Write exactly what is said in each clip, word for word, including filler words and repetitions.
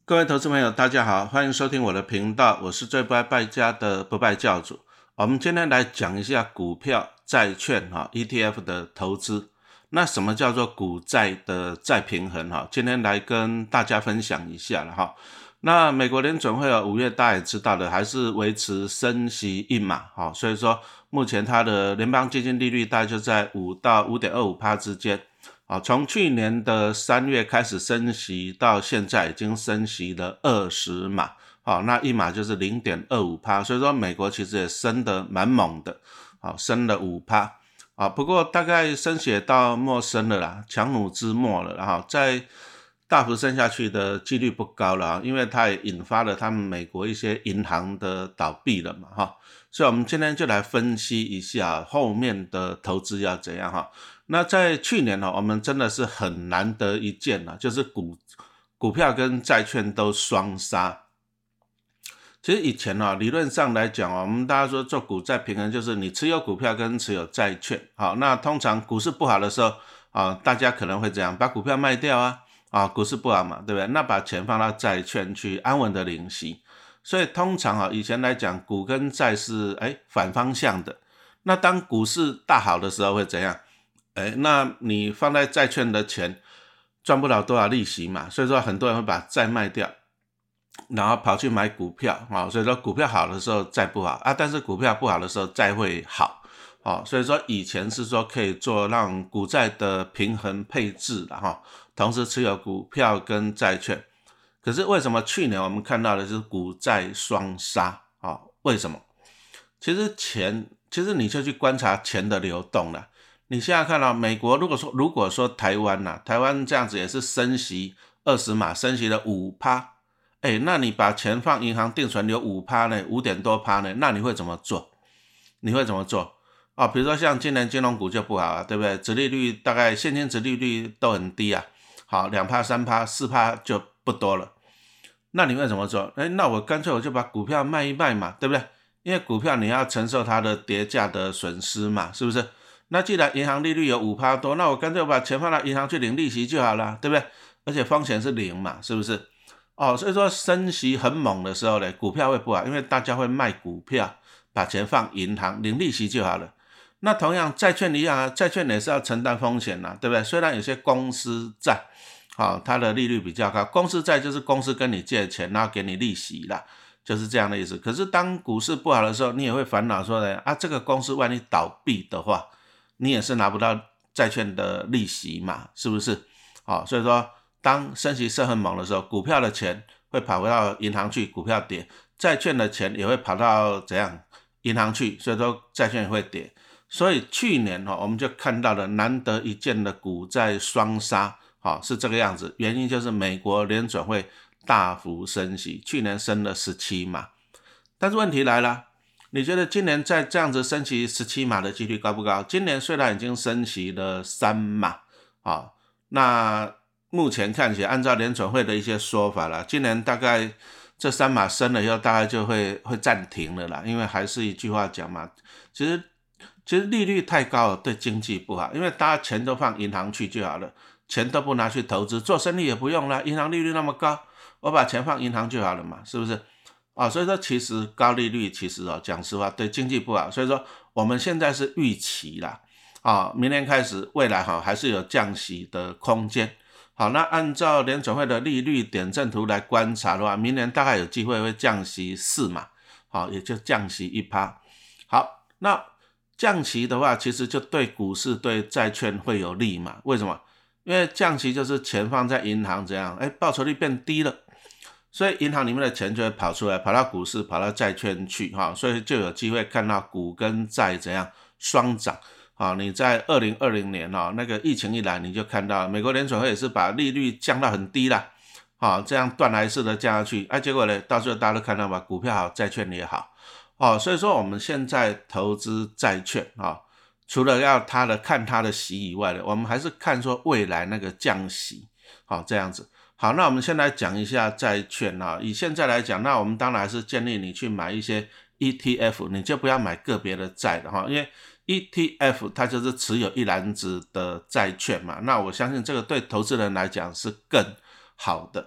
各位投资朋友大家好，欢迎收听我的频道，我是最不爱败家的不败教主。我们今天来讲一下股票、债券 E T F 的投资。那什么叫做股债的再平衡？今天来跟大家分享一下了。那美国联准会五月大家也知道的，还是维持升息一码，所以说目前它的联邦基金利率大概就在五到 五点二五 之间。从去年的三月开始升息到现在已经升息了二十码，那一码就是 零点二五 所以说美国其实也升得蛮猛的，升了 百分之五。不过大概升息也到末升了啦，强弩之末了，然后再大幅升下去的几率不高了，因为它也引发了他们美国一些银行的倒闭了嘛，所以我们今天就来分析一下后面的投资要怎样。那在去年我们真的是很难得一见，就是股股票跟债券都双杀。其实以前理论上来讲，我们大家说做股债平衡，就是你持有股票跟持有债券。好，那通常股市不好的时候，大家可能会这样把股票卖掉啊，啊，股市不好嘛，对不对？那把钱放到债券去安稳的领息。所以通常以前来讲，股跟债是哎反方向的。那当股市大好的时候会怎样？哎，那你放在债券的钱赚不了多少利息嘛，所以说很多人会把债卖掉，然后跑去买股票，所以说股票好的时候债不好啊，但是股票不好的时候债会好。所以说以前是说可以做让股债的平衡配置的，同时持有股票跟债券。可是为什么去年我们看到的是股债双杀？为什么？其实钱，其实你就去观察钱的流动了。你现在看到美国，如果说如果说台湾啊，台湾这样子也是升息二十码，升息了 百分之五， 哎，那你把钱放银行定存留 百分之五 呢， 五点多趴呢，那你会怎么做？你会怎么做？哦，比如说像今年金融股就不好啊，对不对？殖利率大概现金殖利率都很低啊，好 百分之二、三、百分之四 就不多了。那你会怎么做？哎，那我干脆我就把股票卖一卖嘛，对不对？因为股票你要承受它的跌价的损失嘛，是不是？那既然银行利率有 百分之五 多，那我干脆我把钱放到银行去领利息就好了，对不对？而且风险是零嘛，是不是？哦，所以说升息很猛的时候呢，股票会不好，因为大家会卖股票，把钱放银行领利息就好了。那同样债券一样啊，债券也是要承担风险啊，对不对？虽然有些公司债好，它的利率比较高，公司债就是公司跟你借钱，然后给你利息啦，就是这样的意思。可是当股市不好的时候，你也会烦恼说呢，啊，这个公司万一倒闭的话，你也是拿不到债券的利息嘛，是不是？好，所以说当升息升很猛的时候，股票的钱会跑回到银行去，股票跌，债券的钱也会跑到怎样银行去，所以说债券也会跌。所以去年我们就看到了难得一见的股债双杀。好，是这个样子，原因就是美国联准会大幅升息，去年升了十七码。但是问题来了，你觉得今年再这样子升息十七码的几率高不高？今年虽然已经升息了三码，好，那目前看起来按照联准会的一些说法啦，今年大概这三码升了以后大概就会会暂停了啦，因为还是一句话讲嘛，其实其实利率太高了对经济不好，因为大家钱都放银行去就好了，钱都不拿去投资，做生意也不用了，银行利率那么高，我把钱放银行就好了嘛，是不是？哦，所以说其实高利率其实哦，讲实话对经济不好，所以说我们现在是预期啦，啊、哦，明年开始未来哈、哦、还是有降息的空间。好，那按照联准会的利率点阵图来观察的话，明年大概有机会会降息四嘛，好，也就降息 百分之一。好，那降息的话，其实就对股市对债券会有利嘛？为什么？因为降息就是钱放在银行怎样，哎，报酬率变低了，所以银行里面的钱就会跑出来，跑到股市，跑到债券去，所以就有机会看到股跟债怎样双涨。你在二零二零年那个疫情一来，你就看到美国联准会也是把利率降到很低啦，这样断崖式的降下去，结果呢，到最后大家都看到嘛，股票好，债券也好。所以说我们现在投资债券除了要它的看它的息以外的，我们还是看说未来那个降息，好，这样子。好，那我们先来讲一下债券啊。以现在来讲，那我们当然还是建议你去买一些 E T F， 你就不要买个别的债的哈，因为 E T F 它就是持有一篮子的债券嘛。那我相信这个对投资人来讲是更好的。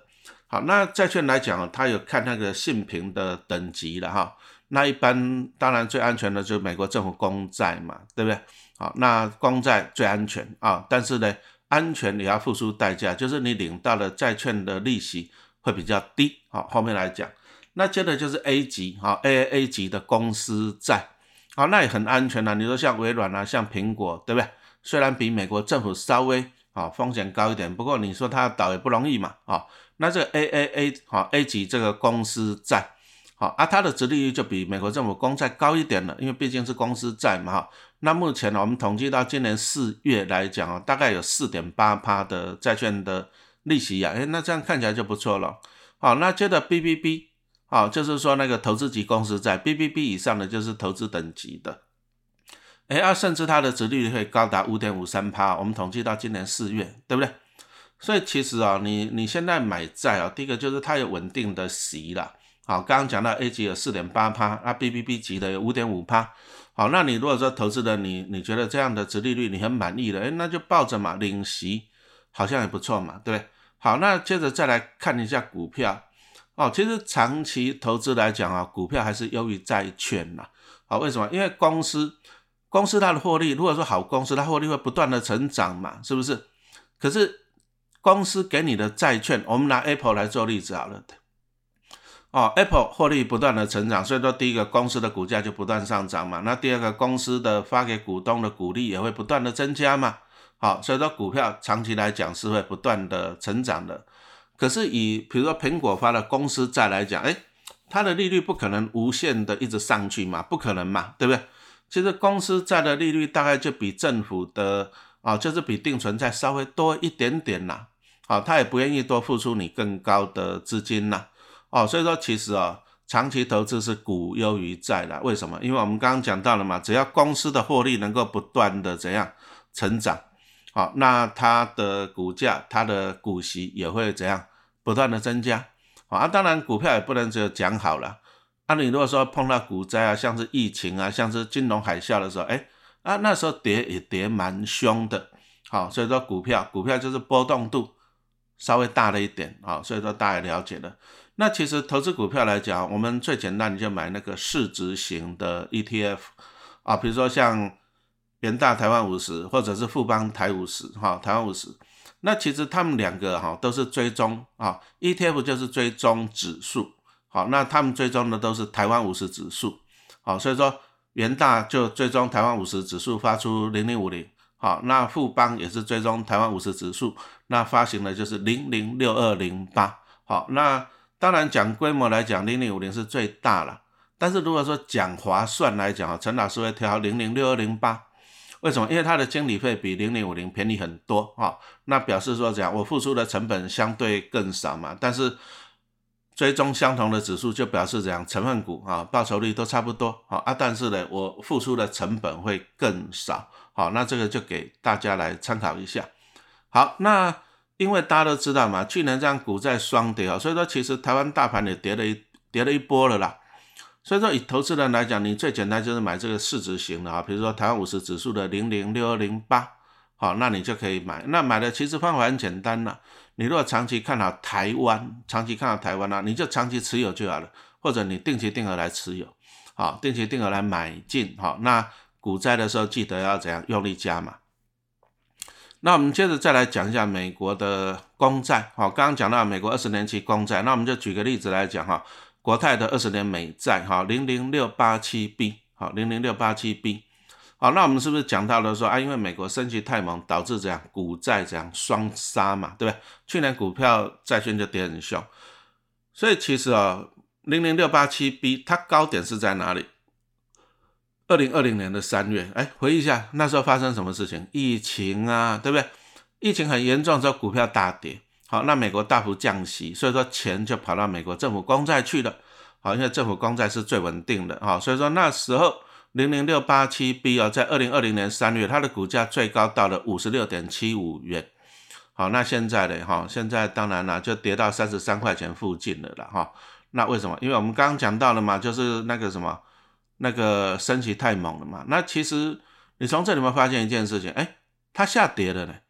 好，那债券来讲，它有看那个信评的等级了哈。那一般当然最安全的就是美国政府公债嘛，对不对？好，那公债最安全啊，但是呢，安全也要付出代价，就是你领到的债券的利息会比较低。好，后面来讲，那接着就是 A 级，好 A A A 级的公司债，好，那也很安全啊。你说像微软啊，像苹果，对不对？虽然比美国政府稍微啊风险高一点，不过你说它倒也不容易嘛，啊。那这个 A A A 好 A 级这个公司债，好啊，它的殖利率就比美国政府公债高一点了，因为毕竟是公司债嘛哈。那目前呢，我们统计到今年四月来讲哦，大概有 百分之四点八 的债券的利息啊，诶，那这样看起来就不错了。好，那接着 B B B， 好，就是说那个投资级公司债 B B B 以上的就是投资等级的。诶啊，甚至它的殖利率会高达 百分之五点五三， 我们统计到今年四月，对不对？所以其实啊，你你现在买债啊，第一个就是它有稳定的息啦。好，刚刚讲到 A 级有 百分之四点八， 那 B B B 级的有 百分之五点五。好，那你如果说投资的你你觉得这样的殖利率你很满意的，诶，那就抱着嘛，领息好像也不错嘛，对不对？好，那接着再来看一下股票。哦，其实长期投资来讲啊，股票还是优于债券啦。好，为什么？因为公司公司它的获利，如果说好公司，它获利会不断的成长嘛，是不是？可是公司给你的债券，我们拿 Apple 来做例子好了。哦 ，Apple 获利不断的成长，所以说第一个公司的股价就不断上涨嘛。那第二个公司的发给股东的股利也会不断的增加嘛。好，所以说股票长期来讲是会不断的成长的。可是以比如说苹果发的公司债来讲，诶，它的利率不可能无限的一直上去嘛，不可能嘛，对不对？其实公司债的利率大概就比政府的啊、哦，就是比定存债稍微多一点点啦。好、哦，他也不愿意多付出你更高的资金啦。哦，所以说其实哦，长期投资是股优于债啦。为什么？因为我们刚刚讲到了嘛，只要公司的获利能够不断的怎样成长，好、哦，那它的股价、它的股息也会怎样不断的增加。好、哦、啊，当然股票也不能只有讲好了。啊，你如果说碰到股灾啊，像是疫情啊，像是金融海啸的时候，诶啊，那时候跌也跌蛮凶的。好、哦，所以说股票股票就是波动度稍微大了一点。好、哦，所以说大家了解了。那其实投资股票来讲，我们最简单你就买那个市值型的 E T F 啊，比如说像元大台湾五十或者是富邦台五十哈，台湾五十。那其实他们两个哈都是追踪啊 ，E T F 就是追踪指数，好，那他们追踪的都是台湾五十指数，好，所以说元大就追踪台湾五十指数发出零零五零，好，那富邦也是追踪台湾五十指数，那发行的就是零零六二零八，好，那当然讲规模来讲零零五零是最大了，但是如果说讲划算来讲，陈老师会挑零零六二零八，为什么？因为它的经理费比零零五零便宜很多、哦、那表示说讲我付出的成本相对更少嘛，但是追踪相同的指数就表示讲成分股、哦、报酬率都差不多、哦、啊，但是呢我付出的成本会更少、哦、那这个就给大家来参考一下。好，那因为大家都知道嘛，去年这样股债双跌，所以说其实台湾大盘也跌了一跌了一波了啦。所以说以投资人来讲，你最简单就是买这个市值型的啊，比如说台湾五十指数的零零六二零八，好，那你就可以买。那买的其实方法很简单啦，你如果长期看好台湾，长期看好台湾啊，你就长期持有就好了，或者你定期定额来持有，好，定期定额来买进，好，那股灾的时候记得要怎样用力加码。那我们接着再来讲一下美国的公债，好，刚刚讲到美国二十年期公债，那我们就举个例子来讲哈，国泰的二十年美债，哈，零零六八七 B， 好，零零六八七 B， 好，那我们是不是讲到了说啊，因为美国升息太猛，导致这样股债这样双杀嘛，对不对？去年股票债券就跌很凶，所以其实啊，零零六八七 B 它高点是在哪里？二零二零年的三月，哎，回忆一下那时候发生什么事情？疫情啊，对不对？疫情很严重的时候，股票大跌。好，那美国大幅降息，所以说钱就跑到美国政府公债去了。好，因为政府公债是最稳定的。好，所以说那时候零零六八七 B 哦，在二零二零年三月，它的股价最高到了 五十六点七五元。好，那现在呢？哈，现在当然啦，就跌到三十三块钱附近了啦。哈，那为什么？因为我们刚刚讲到了嘛，就是那个什么。那个升息太猛了嘛，那其实你从这里面发现一件事情，哎，它下跌了呢，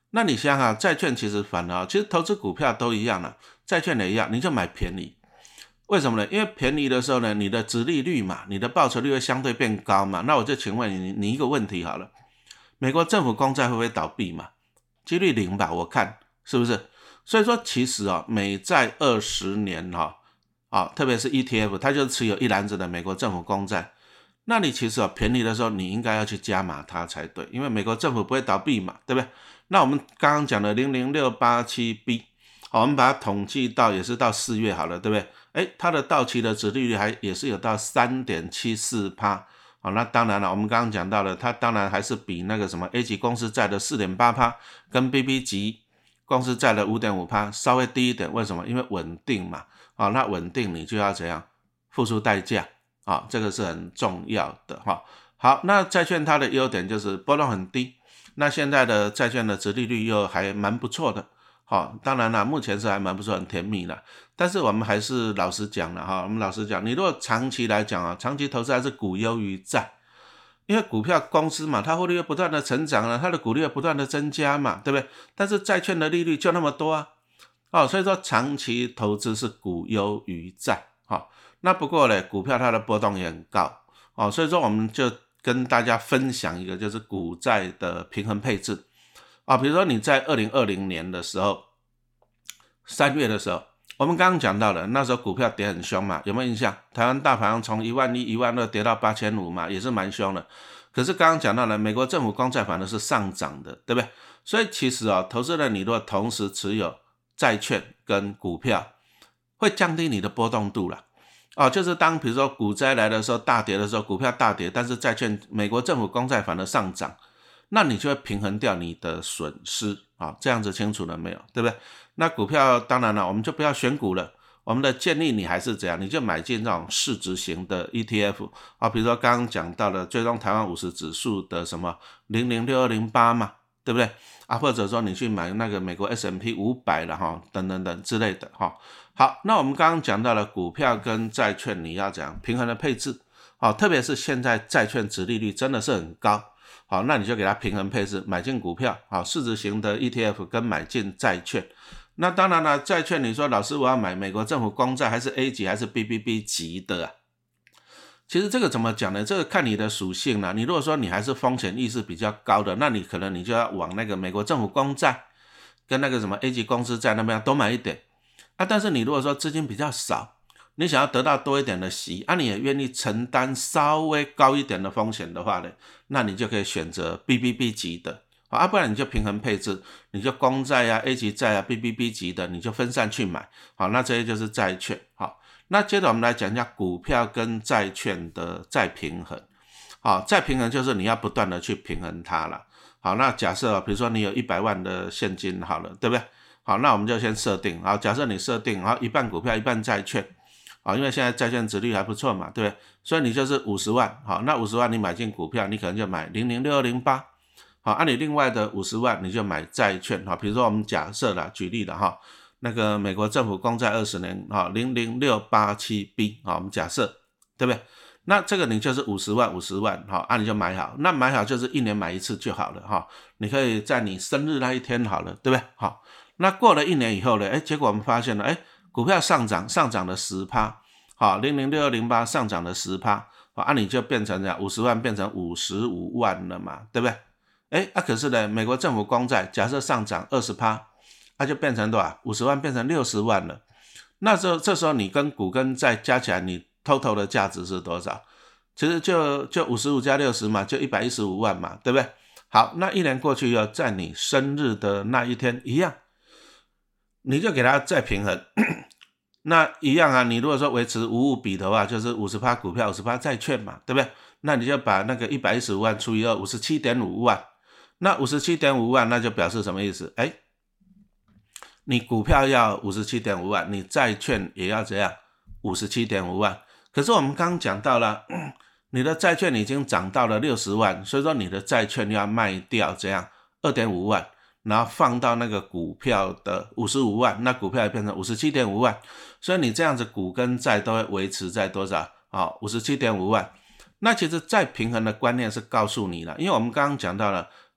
那你想想，债券其实反而，其实投资股票都一样了，债券也一样，你就买便宜。为什么呢？因为便宜的时候呢，你的殖利率嘛，你的报酬率会相对变高嘛。那我就请问你，你一个问题好了，美国政府公债会不会倒闭嘛？几率零吧，我看是不是？所以说其实啊、哦，美债二十年哈、哦，啊，特别是 E T F， 它就持有一篮子的美国政府公债。那你其实啊、哦，便宜的时候你应该要去加码它才对，因为美国政府不会倒闭嘛，对不对？那我们刚刚讲的 零零六八七 B， 好，我们把它统计到也是到四月好了，对不对？诶，它的到期的殖利率还也是有到 百分之三点七四， 好，那当然了，我们刚刚讲到了，它当然还是比那个什么 A 级公司债的 百分之四点八 跟 B B 级公司债的 百分之五点五 稍微低一点，为什么？因为稳定嘛，啊，那稳定你就要怎样付出代价啊，这个是很重要的哈。好，那债券它的优点就是波动很低，那现在的债券的殖利率又还蛮不错的。好，当然啦，目前是还蛮不错，很甜蜜啦。但是我们还是老实讲了哈，我们老实讲，你如果长期来讲啊，长期投资还是股优于债，因为股票公司嘛，它获利会不断的成长了，它的股利会不断的增加嘛，对不对？但是债券的利率就那么多啊，哦，所以说长期投资是股优于债，哦，那不过呢，股票它的波动也很高，哦，所以说我们就跟大家分享一个就是股债的平衡配置。啊，比如说你在二零二零年的时候，三月的时候，我们刚刚讲到了，那时候股票跌很凶嘛，有没有印象？台湾大盘从一万一、一万二跌到八千五嘛，也是蛮凶的。可是刚刚讲到了，美国政府公债反而是上涨的，对不对？所以其实啊、哦，投资人你如果同时持有债券跟股票，会降低你的波动度啦。哦，就是当比如说股灾来的时候，大跌的时候，股票大跌，但是债券美国政府公债反而上涨。那你就会平衡掉你的损失啊，这样子清楚了没有？对不对？那股票当然了，我们就不要选股了。我们的建议你还是怎样？你就买进这种市值型的 E T F 啊，比如说刚刚讲到的追踪台湾五十指数的什么零零六二零八嘛，对不对？啊，或者说你去买那个美国 S and P 五百了哈，等等等之类的哈。好，那我们刚刚讲到了股票跟债券，你要怎样平衡的配置？啊，特别是现在债券殖利率真的是很高。好，那你就给它平衡配置，买进股票，好，市值型的 E T F 跟买进债券。那当然了，债券你说老师我要买美国政府公债还是 A 级还是 B B B 级的啊？其实这个怎么讲呢？这个看你的属性啦。你如果说你还是风险意识比较高的，那你可能你就要往那个美国政府公债跟那个什么 A 级公司债那边多买一点啊。但是你如果说资金比较少，你想要得到多一点的息啊，你也愿意承担稍微高一点的风险的话呢，那你就可以选择 B B B 级的啊，不然你就平衡配置，你就公债啊、A 级债啊、B B B 级的，你就分散去买。好，那这些就是债券。好，那接着我们来讲一下股票跟债券的再平衡。好，再平衡就是你要不断的去平衡它了。好，那假设比如说你有一百万的现金好了，对不对？好，那我们就先设定，好，假设你设定好一半股票一半债券。好，因为现在债券殖利率还不错嘛，对不对？所以你就是五十万，好，那五十万你买进股票，你可能就买零零六二零八，好，按、啊、你另外的五十万你就买债券，好，比如说我们假设啦，举例了哈，那个美国政府公债二十年，好，零零六八七 B， 好，我们假设，对不对？那这个你就是五十万五十万，好，啊你就买好，那买好就是一年买一次就好了哈，你可以在你生日那一天好了，对不对？好，那过了一年以后呢，诶，结果我们发现了，诶，股票上涨，上涨了 百分之十， 好 ,零零六二零八 上涨了 百分之十， 好，啊你就变成这样五十万变成五十五万了嘛，对不对？诶，啊可是呢，美国政府公债假设上涨 百分之二十， 那、啊、就变成多少？五十万变成六十万了。那这这时候你跟股跟债加起来，你 total 的价值是多少？其实就就五十五加六十嘛，就一百一十五万嘛，对不对？好，那一年过去以后，在你生日的那一天一样，你就给它再平衡。那一样啊，你如果说维持五五比的话，就是 百分之五十 股票 百分之五十 债券嘛，对不对？那你就把那个一百一十五万除以二 ,五十七点五万。那 五十七点五万那就表示什么意思？诶，你股票要 五十七点五万，你债券也要怎样 ?五十七点五万。可是我们刚刚讲到了，你的债券已经涨到了六十万，所以说你的债券要卖掉怎样 二点五万，然后放到那个股票的五十五万，那股票也变成 五十七点五万，所以你这样子股跟债都会维持在多少？好 ,五十七点五万。那其实再平衡的观念是告诉你了，因为我们刚刚讲到了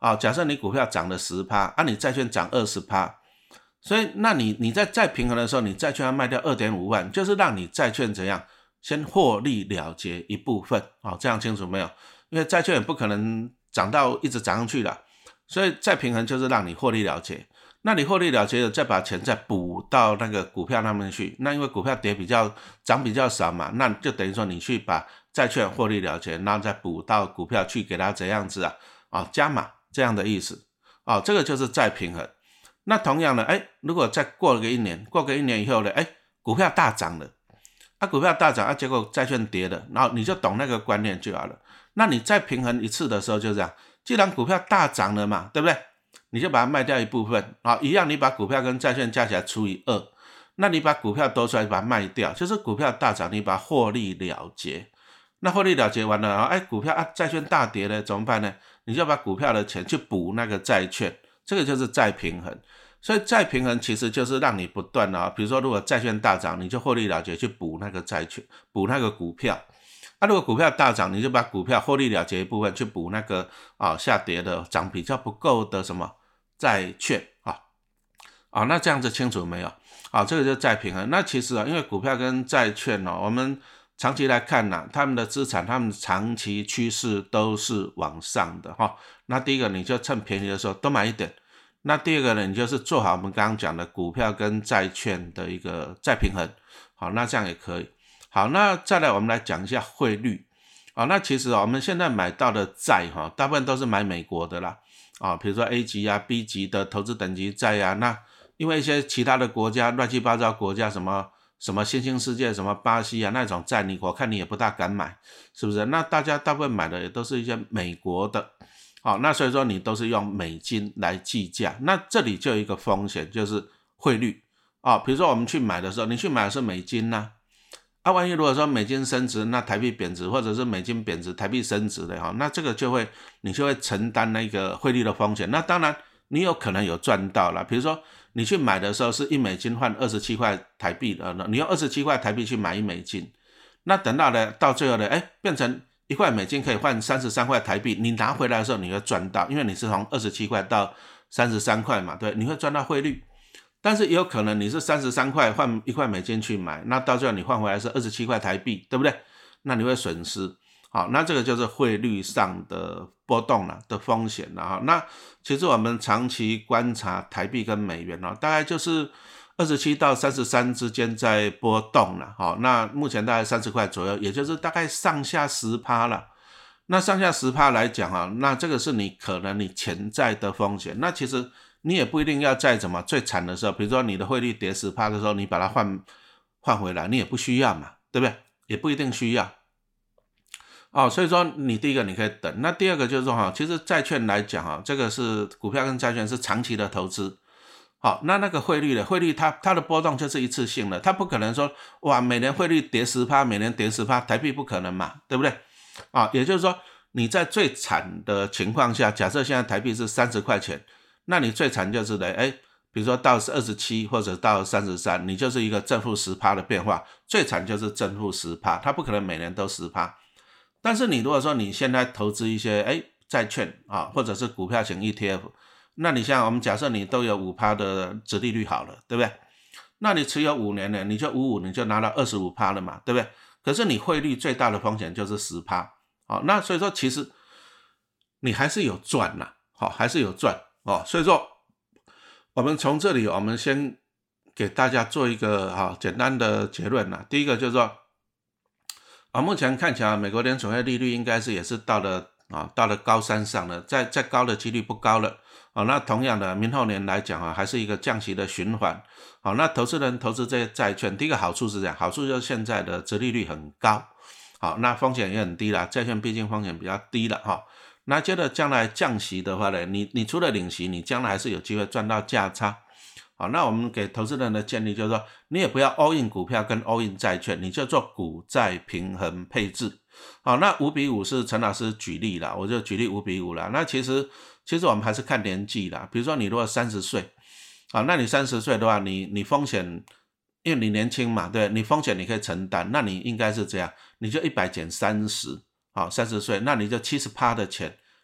啊，假设你股票涨了 百分之十， 啊你债券涨 百分之二十， 所以那你你在再平衡的时候，你债券要卖掉 二点五万，就是让你债券怎样先获利了结一部分，哦，这样清楚没有？因为债券也不可能涨到一直涨上去了，所以再平衡就是让你获利了结。那你获利了结了，再把钱再补到那个股票那边去，那因为股票跌比较涨比较少嘛，那就等于说你去把债券获利了结，然后再补到股票去给它怎样子啊，啊加码这样的意思，啊这个就是再平衡。那同样的，哎，如果再过了个一年，过个一年以后呢，哎，股票大涨了，啊股票大涨啊，结果债券跌了，然后你就懂那个观念就好了。那你再平衡一次的时候就这样，既然股票大涨了嘛，对不对？你就把它卖掉一部分，啊，一样你把股票跟债券加起来除以二，那你把股票多出来把它卖掉，就是股票大涨，你把它获利了结。那获利了结完了，哎，股票啊债券大跌了怎么办呢？你就把股票的钱去补那个债券，这个就是再平衡。所以再平衡其实就是让你不断啊，比如说如果债券大涨，你就获利了结去补那个债券，补那个股票。那、啊、如果股票大涨，你就把股票获利了结一部分去补那个啊下跌的涨比较不够的什么债券啊啊，那这样子清楚没有？啊，这个就再平衡。那其实啊，因为股票跟债券哦，我们长期来看呢、啊，他们的资产，他们长期趋势都是往上的哈、哦。那第一个，你就趁便宜的时候多买一点。那第二个呢，你就是做好我们刚刚讲的股票跟债券的一个再平衡。好，那这样也可以。好，那再来我们来讲一下汇率。啊，那其实啊，我们现在买到的债哈、啊，大部分都是买美国的啦。啊，比如说 A 级啊、B 级的投资等级债啊，那因为一些其他的国家乱七八糟国家，什么什么新兴世界、什么巴西啊那种债，你我看你也不大敢买，是不是？那大家大部分买的也都是一些美国的，好，那所以说你都是用美金来计价，那这里就有一个风险，就是汇率啊。比如说我们去买的时候，你去买的是美金呐、啊，啊，万一如果说美金升值，那台币贬值，或者是美金贬值，台币升值的哈，那这个就会你就会承担那个汇率的风险。那当然你有可能有赚到了，比如说你去买的时候是一美金换二十七块台币的，你用二十七块台币去买一美金，那等到呢到最后呢，哎，变成一块美金可以换三十三块台币，你拿回来的时候你会赚到，因为你是从二十七块到三十三块嘛，对，你会赚到汇率。但是也有可能你是三十三块换一块美金去买，那到最后你换回来是二十七块台币，对不对？那你会损失。好，那这个就是汇率上的波动了的风险了哈。那其实我们长期观察台币跟美元哦，大概就是二十七到三十三之间在波动了。好，那目前大概三十块左右，也就是大概上下 百分之十 了。那上下 百分之十 来讲啊，那这个是你可能你潜在的风险。那其实你也不一定要在怎么最惨的时候，比如说你的汇率跌 百分之十 的时候，你把它换换回来，你也不需要嘛，对不对？也不一定需要。哦，所以说你第一个你可以等，那第二个就是说哈，其实债券来讲哈，这个是股票跟债券是长期的投资。好，那那个汇率的汇率它它的波动就是一次性的，它不可能说哇每年汇率跌 百分之十， 每年跌 百分之十， 台币不可能嘛，对不对？啊，也就是说你在最惨的情况下，假设现在台币是三十块钱，那你最惨就是的，哎，比如说到二十七或者到三十三，你就是一个正负 百分之十 的变化，最惨就是正负 百分之十， 它不可能每年都 百分之十。但是你如果说你现在投资一些哎债券啊，或者是股票型 E T F， 那你像我们假设你都有 百分之五 的殖利率好了，对不对？那你持有五年呢，你就五五你就拿到 百分之二十五 了嘛，对不对？可是你汇率最大的风险就是 百分之十， 好，那所以说其实你还是有赚啦，好，还是有赚哦。所以说我们从这里我们先给大家做一个好简单的结论啦。第一个就是说啊，目前看起来美国联储会利率应该是也是到了啊到了高山上了，再再高的几率不高了。好，那同样的明后年来讲啊，还是一个降息的循环。好，那投资人投资这些债券，第一个好处是这样，好处就是现在的殖利率很高，好，那风险也很低啦，债券毕竟风险比较低了哈。那接着将来降息的话呢，你你除了领息，你将来还是有机会赚到价差。好，那我们给投资人的建议就是说，你也不要 all in 股票跟 all in 债券，你就做股债平衡配置。好，那五比五是陈老师举例啦，我就举例五比五啦。那其实其实我们还是看年纪啦，比如说你如果三十岁，好，那你三十岁的话，你你风险，因为你年轻嘛，对，你风险你可以承担，那你应该是这样，你就一百减三十，好，三十岁，那你就 百分之七十 的钱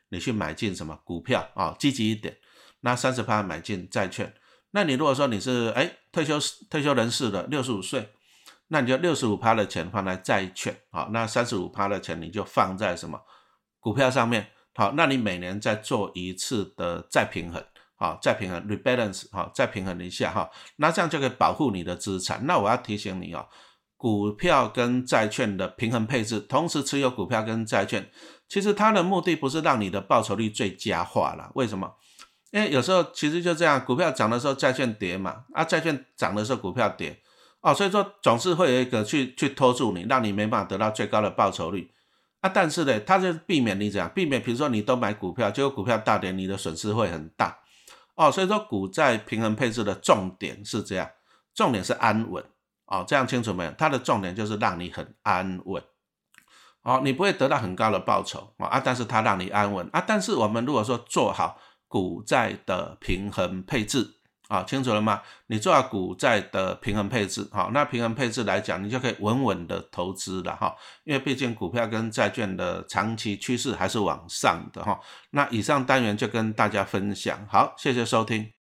你去买进什么股票啊、哦，积极一点。那 百分之三十 买进债券。那你如果说你是哎退休退休人士的六十五岁，那你就 百分之六十五 的钱放在债券，好，那 百分之三十五 的钱你就放在什么股票上面，好，那你每年再做一次的再平衡，好，再平衡 rebalance， 好，再平衡一下哈，那这样就可以保护你的资产。那我要提醒你哦，股票跟债券的平衡配置，同时持有股票跟债券，其实它的目的不是让你的报酬率最佳化啦。为什么？因为有时候其实就这样，股票涨的时候债券跌嘛，啊，债券涨的时候股票跌，哦，所以说总是会有一个去去拖住你，让你没办法得到最高的报酬率啊。但是呢，它就避免你这样，避免比如说你都买股票，结果股票大跌，你的损失会很大哦。所以说股债平衡配置的重点是这样，重点是安稳哦，这样清楚没有？它的重点就是让你很安稳。哦，你不会得到很高的报酬啊，但是它让你安稳啊。但是我们如果说做好股债的平衡配置，啊，清楚了吗？你做好股债的平衡配置，好，那平衡配置来讲，你就可以稳稳的投资了哈。因为毕竟股票跟债券的长期趋势还是往上的哈。那以上单元就跟大家分享，好，谢谢收听。